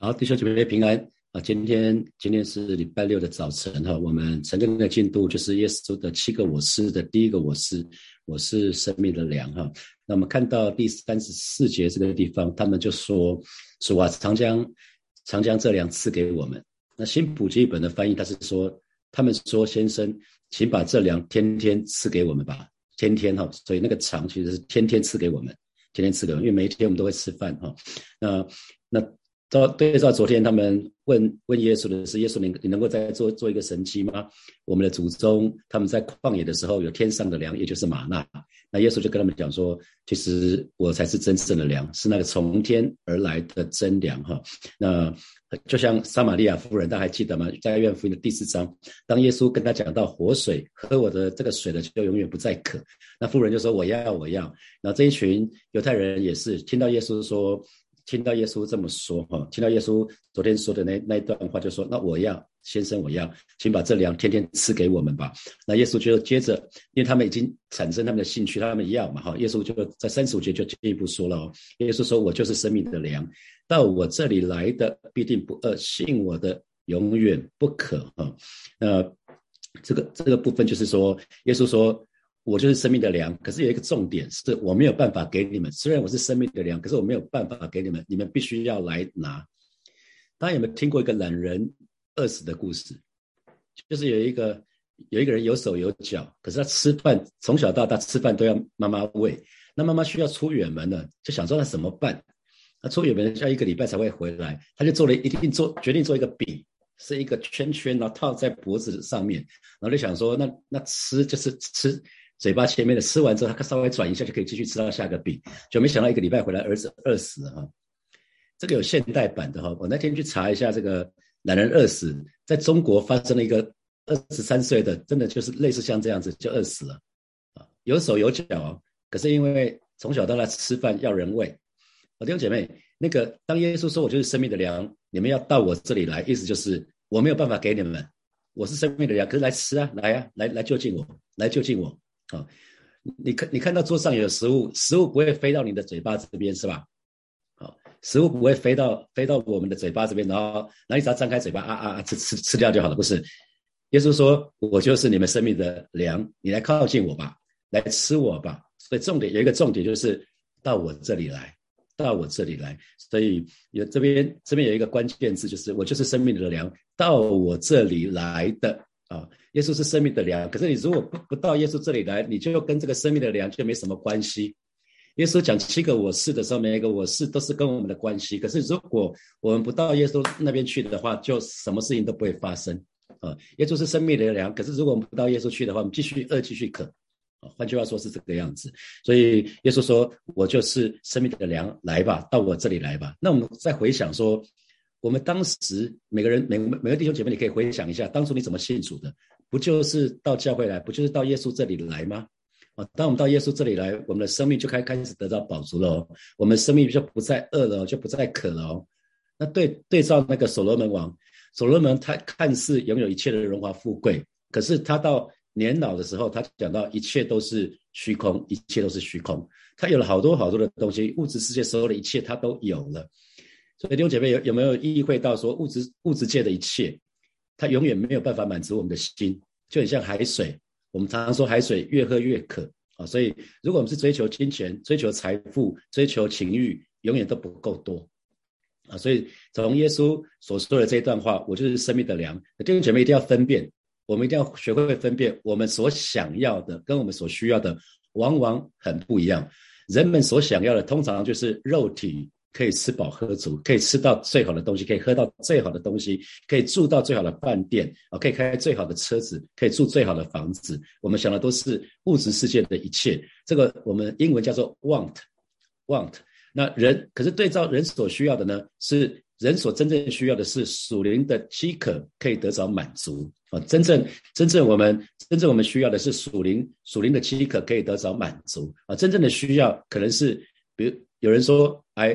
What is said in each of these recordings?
好，弟兄姐妹平安啊！今天是礼拜六的早晨哈，我们晨更的进度就是耶稣的7个我是的第一个我是，我是生命的粮哈。那我们看到第34节这个地方，他们就说主啊，常将这粮赐给我们。那新普济本的翻译他是说，他们说先生，请把这粮天天赐给我们吧，天天哈，所以那个常其实是天天赐给我们，天天赐给我们，因为每一天我们都会吃饭哈。那对照昨天他们问耶稣的是，耶稣你能够再做一个神迹吗？我们的祖宗他们在旷野的时候有天上的粮，也就是玛纳。那耶稣就跟他们讲说，其实我才是真正的粮，是那个从天而来的真粮哈。那就像撒玛利亚妇人，大家还记得吗？在约翰福音的第4章，当耶稣跟他讲到活水，喝我的这个水的就永远不再渴。那妇人就说我要。然后这一群犹太人也是听到耶稣这么说哈，听到耶稣昨天说的那一段话，就说那我要，先生我要，请把这粮天天赐给我们吧。那耶稣就接着，因为他们已经产生他们的兴趣，他们要嘛哈，耶稣就在35节就进一步说了哦，耶稣说我就是生命的粮，到我这里来的必定不饿，信我的永远不渴哈。这个部分就是说，耶稣说我就是生命的粮，可是有一个重点是我没有办法给你们，虽然我是生命的粮，可是我没有办法给你们，你们必须要来拿。大家有没有听过一个懒人饿死的故事？就是有一个人有手有脚，可是他吃饭从小到大吃饭都要妈妈喂，那妈妈需要出远门了，就想说那怎么办？他出远门要1个礼拜才会回来，他就决定做一个饼，是一个圈圈，然后套在脖子上面，然后就想说那吃就是吃嘴巴前面的，吃完之后他稍微转一下就可以继续吃到下个饼，就没想到1个礼拜回来儿子饿死了哈。这个有现代版的哈，我那天去查一下这个懒人饿死，在中国发生了一个23岁的，真的就是类似像这样子就饿死了，有手有脚，可是因为从小到大吃饭要人喂。弟兄姐妹，那个当耶稣说我就是生命的粮，你们要到我这里来，意思就是我没有办法给你们，我是生命的粮，可是来吃啊，来救救我。你看到桌上有食物不会飞到你的嘴巴这边是吧？食物不会飞到我们的嘴巴这边，然后你只要张开嘴巴吃掉就好了，不是？耶稣说我就是你们生命的粮，你来靠近我吧，来吃我吧。所以有一个重点就是到我这里来。所以这边有一个关键字，就是我就是生命的粮，到我这里来的啊。耶稣是生命的粮，可是你如果不到耶稣这里来，你就跟这个生命的粮就没什么关系。耶稣讲7个我是的时候，每一个我是都是跟我们的关系，可是如果我们不到耶稣那边去的话，就什么事情都不会发生啊。耶稣是生命的粮，可是如果我们不到耶稣去的话，我们继续饿继续渴。换句话说是这个样子，所以耶稣说我就是生命的粮，来吧，到我这里来吧。那我们再回想说，我们当时每个弟兄姐妹，你可以回想一下，当初你怎么信主的？不就是到教会来，不就是到耶稣这里来吗？当我们到耶稣这里来，我们的生命就开始得到饱足了哦，我们生命就不再饿了，就不再渴了哦。那对照那个所罗门王，所罗门他看似拥有一切的荣华富贵，可是他到年老的时候，他讲到一切都是虚空，一切都是虚空。他有了好多的东西，物质世界所有的一切他都有了。所以弟兄姐妹有没有意会到说物质界的一切，它永远没有办法满足我们的心，就很像海水。我们常常说海水越喝越渴啊，所以如果我们是追求金钱、追求财富、追求情欲，永远都不够多啊。所以从耶稣所说的这一段话，我就是生命的粮，弟兄姐妹一定要分辨。我们一定要学会分辨我们所想要的跟我们所需要的往往很不一样。人们所想要的通常就是肉体可以吃饱喝足，可以吃到最好的东西，可以喝到最好的东西，可以住到最好的饭店，可以开最好的车子，可以住最好的房子。我们想的都是物质世界的一切，这个我们英文叫做 want。那可是对照人所需要的呢，是人所真正需要的是属灵的饥渴可以得着满足啊，真正我们需要的是属灵的饥渴可以得着满足啊，真正的需要可能是，比如有人说 I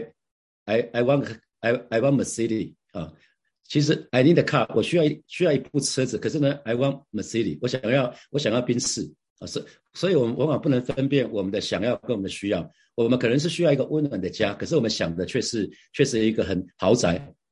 want Mercedes 啊，其实 I need a car， 我需要一部车子，可是呢 I want Mercedes， 我想要宾士啊，所以我们往往不能分辨我们的想要跟我们的需要。我们可能是需要一个温暖的家，可是我们想的却是一个很豪宅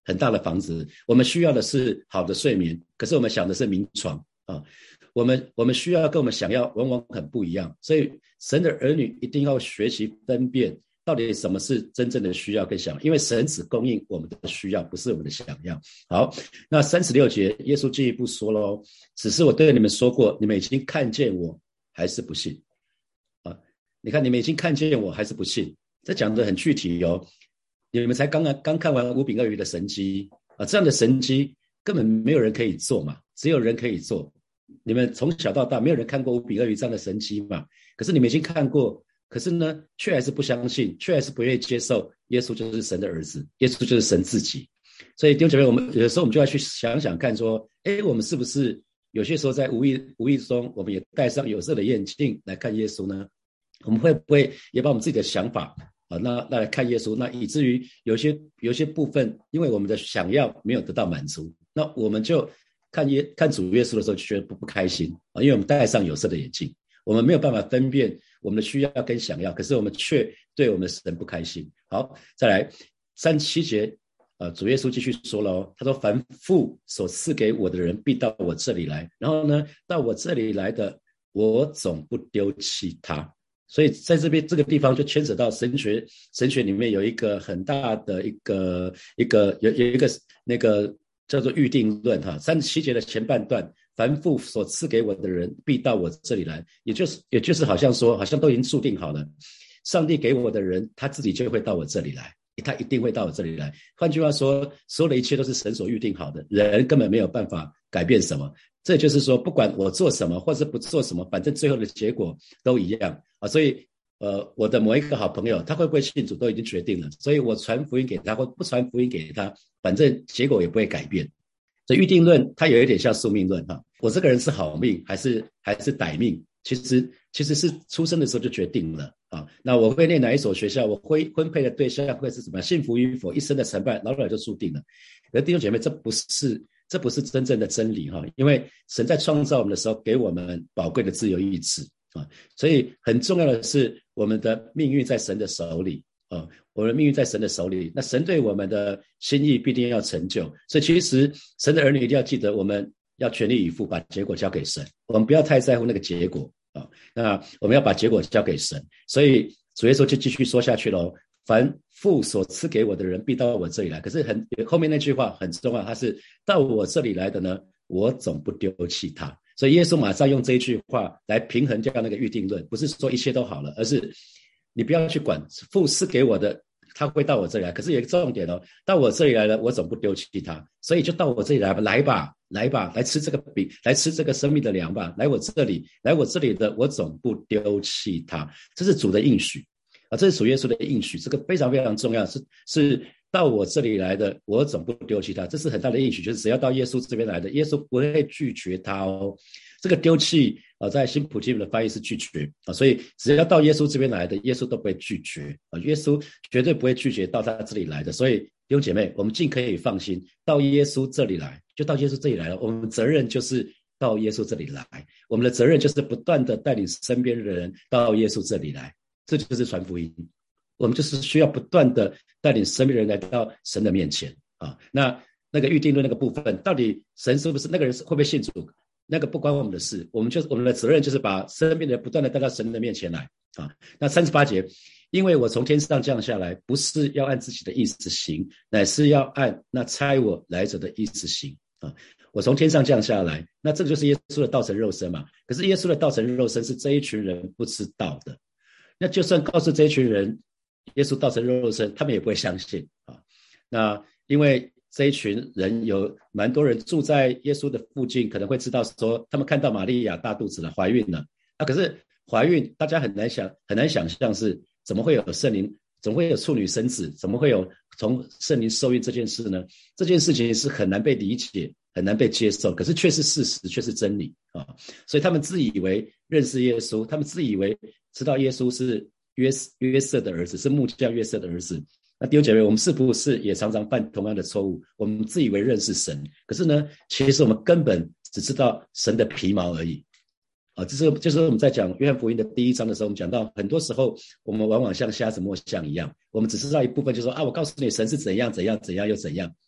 很大的房子，我们需要的是好的睡眠，可是我们想的是名床啊。我们需要跟我们想要往往很不一样，所以神的儿女一定要学习分辨到底什么是真正的需要跟想要，因为神只供应我们的需要，不是我们的想要。好，那36节耶稣进一步说咯，只是我对你们说过，你们已经看见我还是不信啊？你看你们已经看见我还是不信，这讲得很具体哦。你们才刚看完5饼2鱼的神迹啊，这样的神迹根本没有人可以做嘛，只有人可以做。你们从小到大没有人看过5饼2鱼这样的神迹嘛，可是你们已经看过，可是呢却还是不相信，却还是不愿意接受耶稣就是神的儿子，耶稣就是神自己。所以弟兄姐妹，我们有时候我们就要去想想看说，我们是不是有些时候在无意中我们也戴上有色的眼镜来看耶稣呢？我们会不会也把我们自己的想法那来看耶稣，那以至于有些部分因为我们的想要没有得到满足，那我们就看主耶稣的时候就觉得不开心因为我们戴上有色的眼镜，我们没有办法分辨我们的需要跟想要，可是我们却对我们的神不开心。好，再来37节主耶稣继续说了他说凡父所赐给我的人必到我这里来，然后呢到我这里来的我总不丢弃他。所以在这个地方就牵扯到神学里面有一个很大的有一个那个叫做预定论37节的前半段，凡父所赐给我的人必到我这里来，也就是好像说好像都已经注定好了，上帝给我的人他自己就会到我这里来，他一定会到我这里来。换句话说，所有的一切都是神所预定好的，人根本没有办法改变什么。这就是说不管我做什么或是不做什么，反正最后的结果都一样所以我的某一个好朋友他会不会信主都已经决定了，所以我传福音给他或不传福音给他，反正结果也不会改变。所以预定论它有一点像宿命论我这个人是好命还是歹命，其实是出生的时候就决定了那我会念哪一所学校，我会婚配的对象会是什么，幸福与否，一生的成败老早就注定了。可是弟兄姐妹，这不是真正的真理因为神在创造我们的时候给我们宝贵的自由意志所以很重要的是我们的命运在神的手里我们的命运在神的手里，那神对我们的心意必定要成就。所以其实神的儿女一定要记得，我们要全力以赴把结果交给神，我们不要太在乎那个结果那我们要把结果交给神。所以主耶稣就继续说下去咯，凡父所赐给我的人必到我这里来，可是后面那句话很重要，他是到我这里来的呢，我总不丢弃他。所以耶稣马上用这一句话来平衡掉那个预定论，不是说一切都好了，而是你不要去管父赐给我的他会到我这里来，可是有一个重点到我这里来了我总不丢弃他，所以就到我这里来吧，来吧，来吃这个饼，来吃这个生命的粮吧，来我这里的我总不丢弃他。这是主的应许这是主耶稣的应许，这个非常非常重要，是到我这里来的我总不丢弃他，这是很大的应许，就是只要到耶稣这边来的，耶稣不会拒绝他这个丢弃在新普金的翻译是拒绝所以只要到耶稣这边来的，耶稣都不会拒绝耶稣绝对不会拒绝到他这里来的。所以弟兄姐妹，我们尽可以放心，到耶稣这里来就到耶稣这里来了，我们责任就是到耶稣这里来，我们的责任就是不断的带领身边的人到耶稣这里来，这就是传福音。我们就是需要不断的带领身边人来到神的面前那个预定论那个部分，到底神是不是那个人会不会信主，那个不关我们的事，我们的责任就是把身边的人不断的带到神的面前来那38节，因为我从天上降下来，不是要按自己的意思行，乃是要按那差我来者的意思行我从天上降下来，那这个就是耶稣的道成肉身嘛。可是耶稣的道成肉身是这一群人不知道的，那就算告诉这一群人耶稣道成肉身，他们也不会相信那因为这一群人有蛮多人住在耶稣的附近，可能会知道说他们看到玛利亚大肚子了，怀孕了可是怀孕大家很难想象是怎么会有圣灵，怎么会有处女生子，怎么会有从圣灵受孕这件事呢？这件事情是很难被理解，很难被接受，可是却是事实，却是真理所以他们自以为认识耶稣，他们自以为知道耶稣是约瑟的儿子，是木匠约瑟的儿子。那弟兄姐妹，我们是不是也常常犯同样的错误？我们自以为认识神，可是呢，其实我们根本只知道神的皮毛而已这就是我们在讲约翰福音的第1章的时候，我们讲到很多时候我们往往像瞎子摸象一样，我们只知道一部分，就是说我告诉你神是怎样怎样怎样又怎样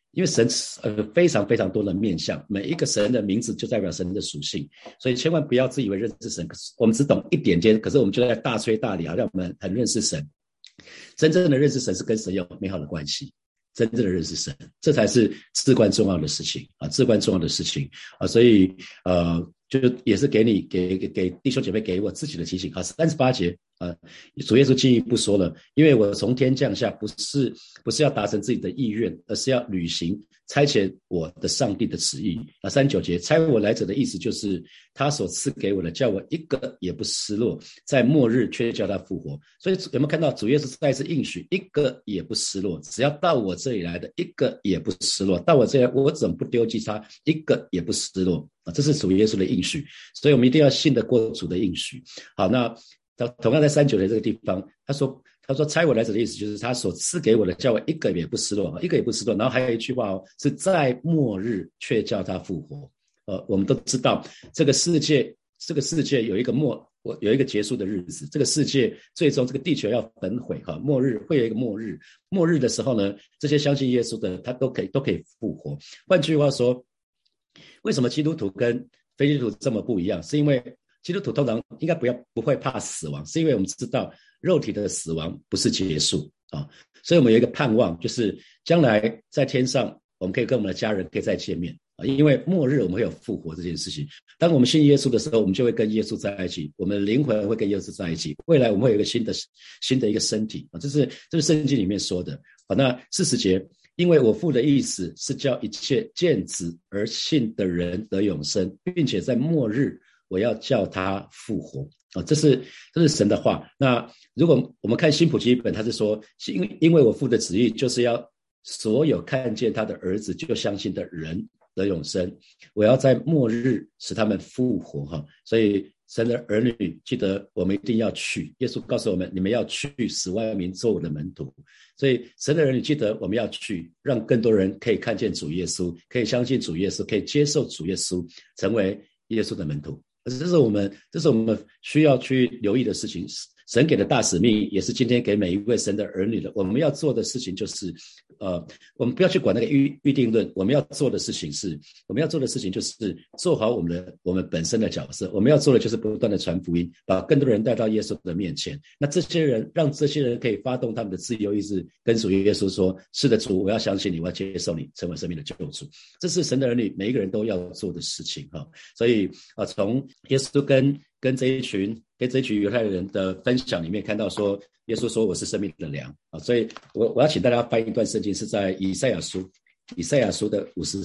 因为神非常非常多的面向，每一个神的名字就代表神的属性，所以千万不要自以为认识神，可是我们只懂一点点，可是我们就在大吹大擂，好像我们很认识神。真正的认识神是跟神有美好的关系，真正的认识神，这才是至关重要的事情啊，至关重要的事情啊，所以就也是给弟兄姐妹给我自己的提醒啊。38节主耶稣进一步说了，因为我从天降下，不是要达成自己的意愿，而是要履行差遣我的上帝的旨意。39节，差我来者的意思就是他所赐给我的，叫我一个也不失落，在末日却叫他复活。所以有没有看到主耶稣再次应许，一个也不失落，只要到我这里来的，一个也不失落，到我这里来，我怎么不丢弃他，一个也不失落啊，这是主耶稣的应许，所以我们一定要信得过主的应许。好，那同样在39节这个地方，他说差我来者的意思就是他所赐给我的，叫我一个也不失落，一个也不失落。然后还有一句话是在末日却叫他复活。我们都知道这个世界有一个结束的日子，这个世界最终这个地球要焚毁末日会有一个末日。末日的时候呢，这些相信耶稣的他都可以复活。换句话说，为什么基督徒跟非基督徒这么不一样？是因为基督徒通常应该不会怕死亡，是因为我们知道肉体的死亡不是结束啊，所以我们有一个盼望，就是将来在天上我们可以跟我们的家人可以再见面啊，因为末日我们会有复活这件事情。当我们信耶稣的时候，我们就会跟耶稣在一起，我们的灵魂会跟耶稣在一起，未来我们会有一个新的一个身体啊，这是圣经里面说的啊。那40节，因为我父的意思是叫一切见子而信的人得永生，并且在末日我要叫他复活啊，这是神的话。那如果我们看新普基本，他是说，因为我父的旨意就是要所有看见他的儿子就相信的人得永生，我要在末日使他们复活哈。所以神的儿女记得我们一定要去，耶稣告诉我们，你们要去使万民做我的门徒。所以神的儿女记得我们要去，让更多人可以看见主耶稣，可以相信主耶稣，可以接受主耶稣，成为耶稣的门徒。这是我们需要去留意的事情。神给的大使命也是今天给每一位神的儿女的，我们要做的事情就是我们不要去管那个预定论，我们要做的事情就是做好我们本身的角色。我们要做的就是不断的传福音，把更多人带到耶稣的面前。那让这些人可以发动他们的自由意志，跟主耶稣说，是的主，我要相信你，我要接受你，成为生命的救主。这是神的儿女每一个人都要做的事情所以从耶稣跟这一群犹太人的分享里面看到说，耶稣说我是生命的粮所以我要请大家翻一段圣经，是在以赛亚书的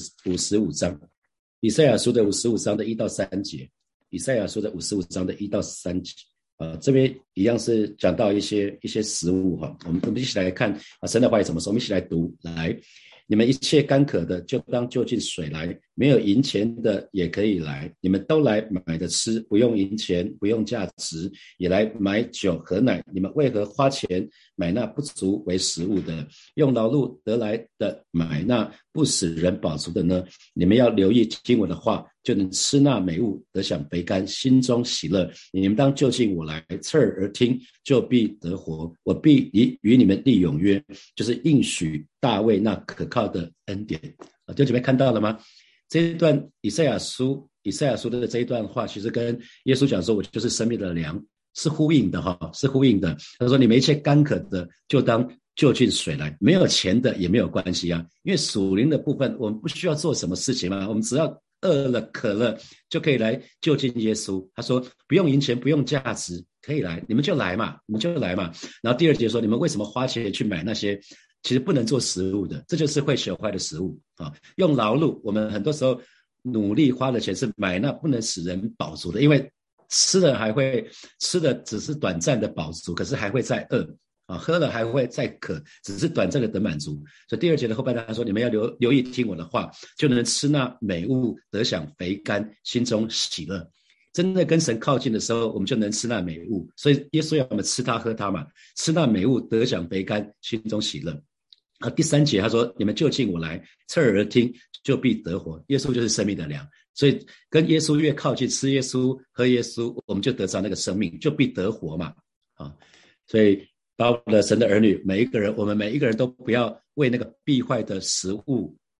55章，以赛亚书的55章的1到3节，以赛亚书的55章的1到3节这边一样是讲到一些实物我们一起来看神的话语怎么说，我们一起来读来。你们一切干渴的就当就近水来，没有银钱的也可以来，你们都来买的吃，不用银钱，不用价值，也来买酒和奶。你们为何花钱买那不足为食物的，用劳碌得来的买那不使人饱足的呢？你们要留意听我的话，就能吃那美物，得享肥甘，心中喜乐。你们当就近我来，侧耳而听，就必得活。我必与你们立永约，就是应许大卫那可靠的恩典。弟兄姐妹看到了吗？这一段以赛亚书的这一段话，其实跟耶稣讲说我就是生命的粮是呼应的是呼应的。他说你们一切干渴的就当就近水来，没有钱的也没有关系因为属灵的部分我们不需要做什么事情我们只要饿了渴了就可以来就近耶稣。他说不用银钱，不用价值，可以来，你们就来嘛。然后第2节说，你们为什么花钱去买那些其实不能做食物的，这就是会朽坏的食物用劳碌，我们很多时候努力花的钱是买那不能使人饱足的，因为吃的只是短暂的饱足，可是还会再饿喝了还会再渴，只是短暂的得满足。所以第2节的后半段他说，你们要留意听我的话，就能吃那美物，得享肥甘，心中喜乐。真的跟神靠近的时候，我们就能吃那美物。所以耶稣要我们吃它喝它嘛，吃那美物，得享肥甘，心中喜乐第3节他说，你们就近我来，侧耳而听，就必得活。耶稣就是生命的粮，所以跟耶稣越靠近，吃耶稣喝耶稣，我们就得着那个生命，就必得活嘛所以把我们的神的儿女每一个人，我们每一个人都不要为那个必坏的食物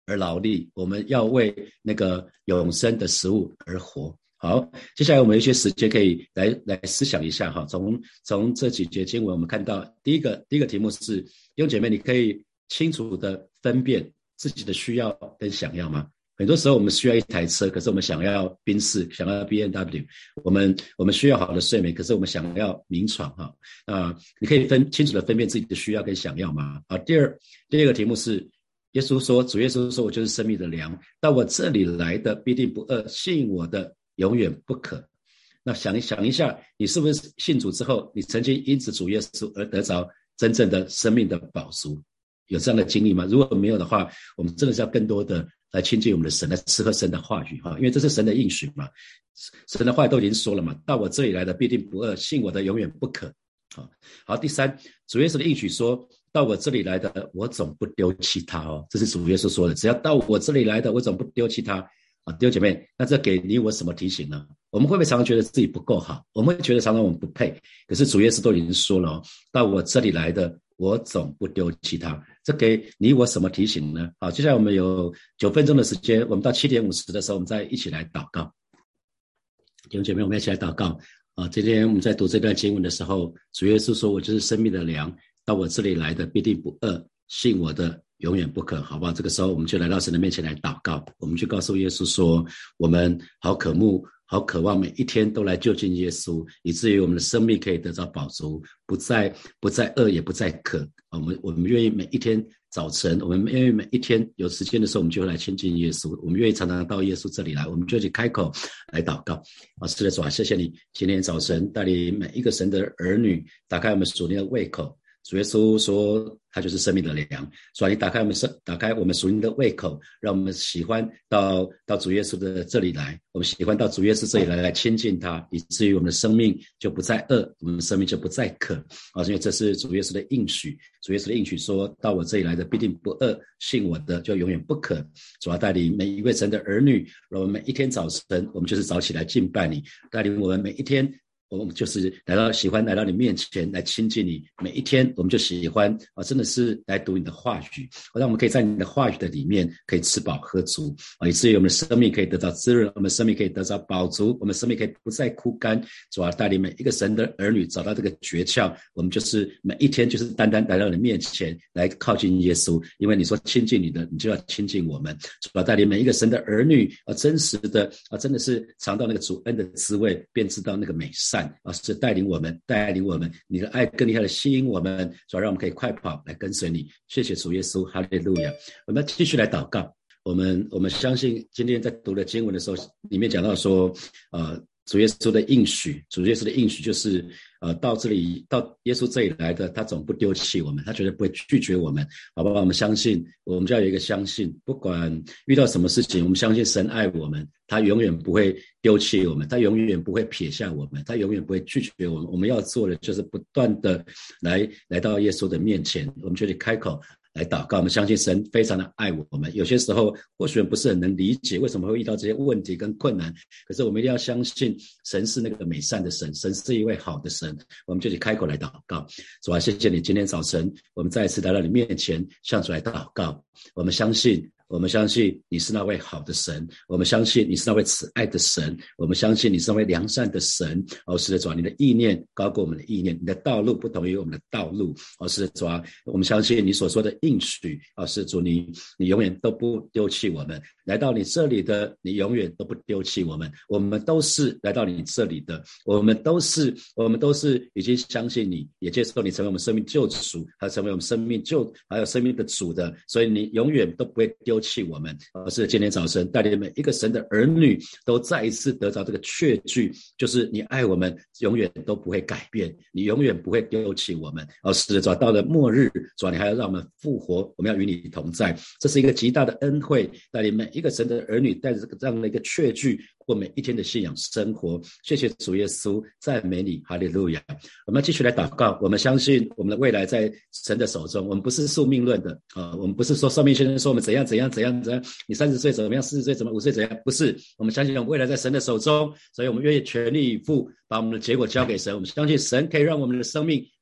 而劳力，我们要为那个永生的食物而活。好，接下来我们有一些时间可以来思想一下哈。从这几节经文，我们看到第一个题目是弟兄姐妹，你可以清楚的分辨自己的需要跟想要吗？很多时候我们需要一台车，可是我们想要宾士，想要 BMW， 我们需要好的睡眠，可是我们想要名床哈。你可以清楚的分辨自己的需要跟想要吗？好，第二个题目是主耶稣说我就是生命的粮，到我这里来的必定不饿，信我的永远不渴。那想一下，你是不是信主之后，你曾经因此主耶稣而得着真正的生命的饱足？有这样的经历吗？如果没有的话，我们真的是要更多的来亲近我们的神，来吃喝神的话语哈，因为这是神的应许嘛。神的话都已经说了嘛，到我这里来的必定不饿，信我的永远不渴。好，第三，主耶稣的应许说，到我这里来的，我总不丢弃他哦，这是主耶稣说的，只要到我这里来的，我总不丢弃他。弟兄姐妹，那这给你我什么提醒呢？我们会不会常常觉得自己不够好？我们会觉得常常我们不配，可是主耶稣都已经说了到我这里来的，我总不丢弃他。这给你我什么提醒呢？好，接下来我们有9分钟的时间，我们到7点50的时候，我们再一起来祷告。弟兄姐妹，我们一起来祷告。今天我们在读这段经文的时候，主耶稣说我就是生命的粮，到我这里来的必定不饿，信我的永远不渴，好不好？这个时候我们就来到神的面前来祷告，我们就告诉耶稣说，我们好渴慕好渴望每一天都来就近耶稣，以至于我们的生命可以得到饱足，不再饿也不再渴。我们愿意每一天早晨，我们愿意每一天有时间的时候，我们就会来亲近耶稣，我们愿意常常到耶稣这里来，我们就去开口来祷告。是的，主啊，谢谢你今天早晨带领每一个神的儿女打开我们属灵的胃口。主耶稣说他就是生命的粮，所以你打开我们属灵的胃口，让我们喜欢到主耶稣的这里来，我们喜欢到主耶稣这里来亲近他，以至于我们的生命就不再饿，我们的生命就不再渴。因为这是主耶稣的应许，主耶稣的应许说，到我这里来的必定不饿，信我的就永远不渴。主要带领每一位神的儿女，让我们每一天早晨，我们就是早起来敬拜你，带领我们每一天，我们就是喜欢来到你面前来亲近你，每一天我们就喜欢真的是来读你的话语，让我们可以在你的话语的里面可以吃饱喝足以至于我们的生命可以得到滋润，我们的生命可以得到饱足，我们的生命可以不再枯干。主要带领每一个神的儿女找到这个诀窍，我们就是每一天就是单单来到你面前来靠近耶稣，因为你说亲近你的，你就要亲近我们。主要带领每一个神的儿女真实的真的是尝到那个主恩的滋味，便知道那个美善是带领我们，你的爱更厉害的吸引我们，主要让我们可以快跑来跟随你。谢谢主耶稣，哈利路亚。我们要继续来祷告。我们相信今天在读的经文的时候，里面讲到说主耶稣的应许就是到耶稣这里来的，他总不丢弃我们，他绝对不会拒绝我们，好不好？我们相信，我们就要有一个相信，不管遇到什么事情，我们相信神爱我们，他永远不会丢弃我们，他永远不会撇下我们，他永远不会拒绝我们。我们要做的就是不断的来到耶稣的面前，我们就去开口来祷告。我们相信神非常的爱我们，有些时候或许不是很能理解为什么会遇到这些问题跟困难，可是我们一定要相信神是那个美善的神，神是一位好的神，我们就去开口来祷告。主啊，谢谢你今天早晨我们再一次来到你面前向主来祷告。我们相信你是那位好的神，我们相信你是那位慈爱的神，我们相信你是那位良善的神。是的主啊，你的意念高过我们的意念，你的道路不同于我们的道路。是的主啊，我们相信你所说的应许是主，你永远都不丢弃我们，来到你这里的，你永远都不丢弃我们，我们都是来到你这里的，我们都是已经相信你，也接受你成为我们生命救赎，还成为我们生命还有生命的主的，所以你永远都不会丢弃我们。是今天早晨带领每一个神的儿女都再一次得着这个确据，就是你爱我们永远都不会改变，你永远不会丢弃我们。是的主啊，到了末日，主啊，你还要让我们复活，我们要与你同在，这是一个极大的恩惠，带领每一个神的儿女带着这样的一个确据过每一天的信仰生活。谢谢主耶稣，赞美你，哈利路亚。我们要继续来祷告，我们相信我们的未来在神的手中，我们不是宿命论的我们不是说算命先生说我们怎样，你30岁怎么样，40岁怎么，50岁怎样，不是，我们相信我们未来在神的手中，所以我们愿意全力以赴把我们的结果交给神。我们相信神可以让我们的生命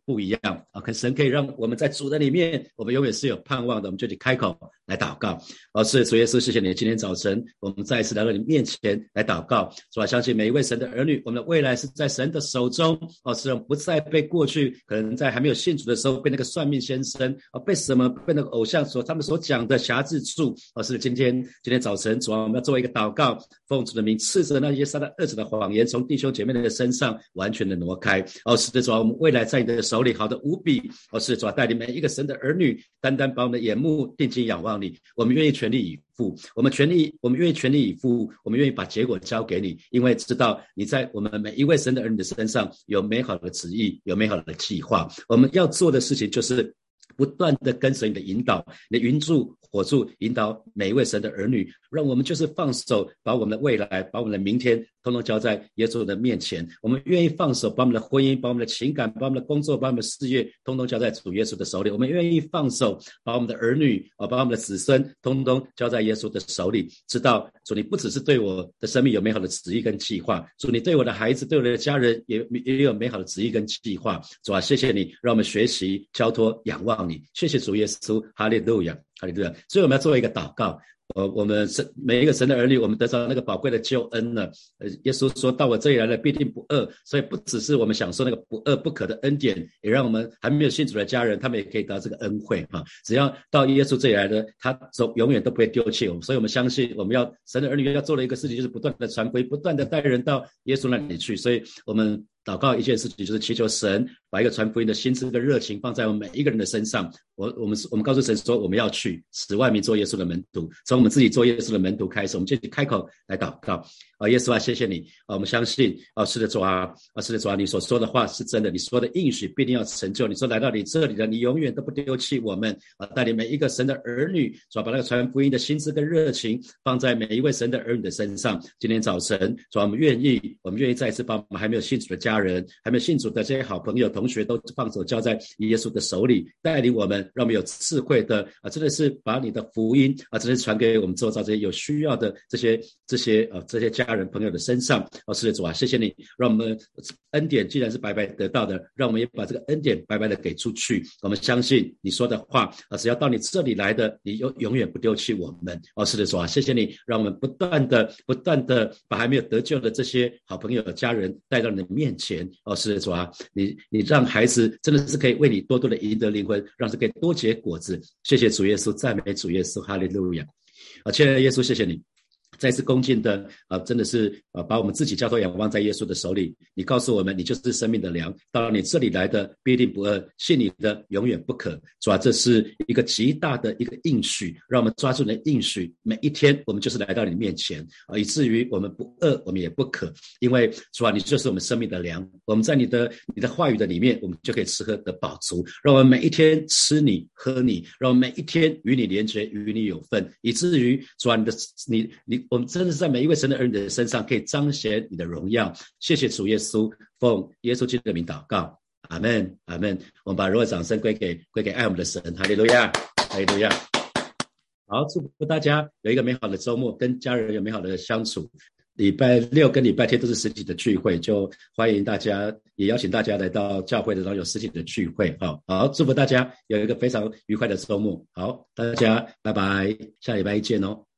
不一样啊！神可以让我们在主的里面，我们永远是有盼望的。我们就去开口来祷告。是主耶稣，谢谢你，今天早晨我们再一次来到你面前来祷告，是吧？相信每一位神的儿女，我们的未来是在神的手中使我们不再被过去可能在还没有信主的时候被那个算命先生被那个偶像他们所讲的辖制住是今天早晨，主啊，我们要做一个祷告，奉主的名斥责那些撒旦恶者的谎言从弟兄姐妹的身上完全的挪开。是的，主啊，我们未来在你的手里好的无比。是主啊，带领每一个神的儿女单单把我们的眼目定睛仰望你，我们愿意全力以赴，我们愿意全力以赴，我们愿意把结果交给你，因为知道你在我们每一位神的儿女的身上有美好的旨意，有美好的计划。我们要做的事情就是不断的跟随你的引导，你的云柱火柱引导每一位神的儿女，让我们就是放手，把我们的未来，把我们的明天统统交在耶稣的面前。我们愿意放手，把我们的婚姻，把我们的情感，把我们的工作，把我们的事业统统交在主耶稣的手里。我们愿意放手，把我们的儿女把我们的子孙统统交在耶稣的手里。知道主，你不只是对我的生命有美好的旨意跟计划，主，你对我的孩子，对我的家人也有美好的旨意跟计划。主啊，谢谢你让我们学习交托仰望你。谢谢主耶稣，哈利路亚，哈利路亚。所以我们要做一个祷告，我们每一个神的儿女，我们得到那个宝贵的救恩了。耶稣说到我这里来了必定不饿，所以不只是我们享受那个不饿不渴的恩典，也让我们还没有信主的家人，他们也可以得到这个恩惠。只要到耶稣这里来的，他永远都不会丢弃我们。所以我们相信，我们要神的儿女要做的一个事情，就是不断的传福音，不断的带人到耶稣那里去。所以我们祷告一件事情，就是祈求神把一个传福音的心智跟热情放在我们每一个人的身上。我们告诉神说，我们要去使万民做耶稣的门徒，从我们自己做耶稣的门徒开始，我们就开口来祷告。耶稣啊，谢谢你我们相信是的主啊，是的主啊，你所说的话是真的，你说的应许必定要成就。你说来到你这里的，你永远都不丢弃我们带领每一个神的儿女，主啊，把那个传福音的心思跟热情放在每一位神的儿女的身上。今天早晨，主啊，我们愿意再一次把我们还没有信主的家人，还没有信主的这些好朋友同学都放手交在耶稣的手里，带领我们，让我们有智慧的真的是把你的福音真的是传给我们周遭这些有需要的这些家人朋友的身上。是的主啊，谢谢你让我们恩典既然是白白得到的，让我们也把这个恩典白白的给出去。我们相信你说的话只要到你这里来的，你永远不丢弃我们。是的主啊，谢谢你让我们不断的把还没有得救的这些好朋友家人带到你的面前。是的主啊，你让孩子真的是可以为你多多的赢得灵魂，让是可以多结果子。谢谢主耶稣，赞美主耶稣，哈利路亚。亲爱的耶稣，谢谢你再次恭敬的真的是把我们自己交托仰望在耶稣的手里。你告诉我们，你就是生命的粮，到你这里来的必定不饿，信你的永远不渴。主啊，这是一个极大的一个应许，让我们抓住你的应许，每一天我们就是来到你面前以至于我们不饿，我们也不渴。因为主啊，你就是我们生命的粮，我们在你的话语的里面，我们就可以吃喝得饱足。让我们每一天吃你喝你，让我们每一天与你连结，与你有份，以至于主啊，我们真的是在每一位神的儿女的身上可以彰显你的荣耀。谢谢主耶稣，奉耶稣基督的名祷告，阿们阿们。我们把荣耀掌声归给爱我们的神，哈利路亚哈利路亚。好，祝福大家有一个美好的周末，跟家人有美好的相处。礼拜六跟礼拜天都是实体的聚会，就欢迎大家，也邀请大家来到教会的，然后有实体的聚会。好，祝福大家有一个非常愉快的周末。好，大家拜拜，下礼拜一见哦。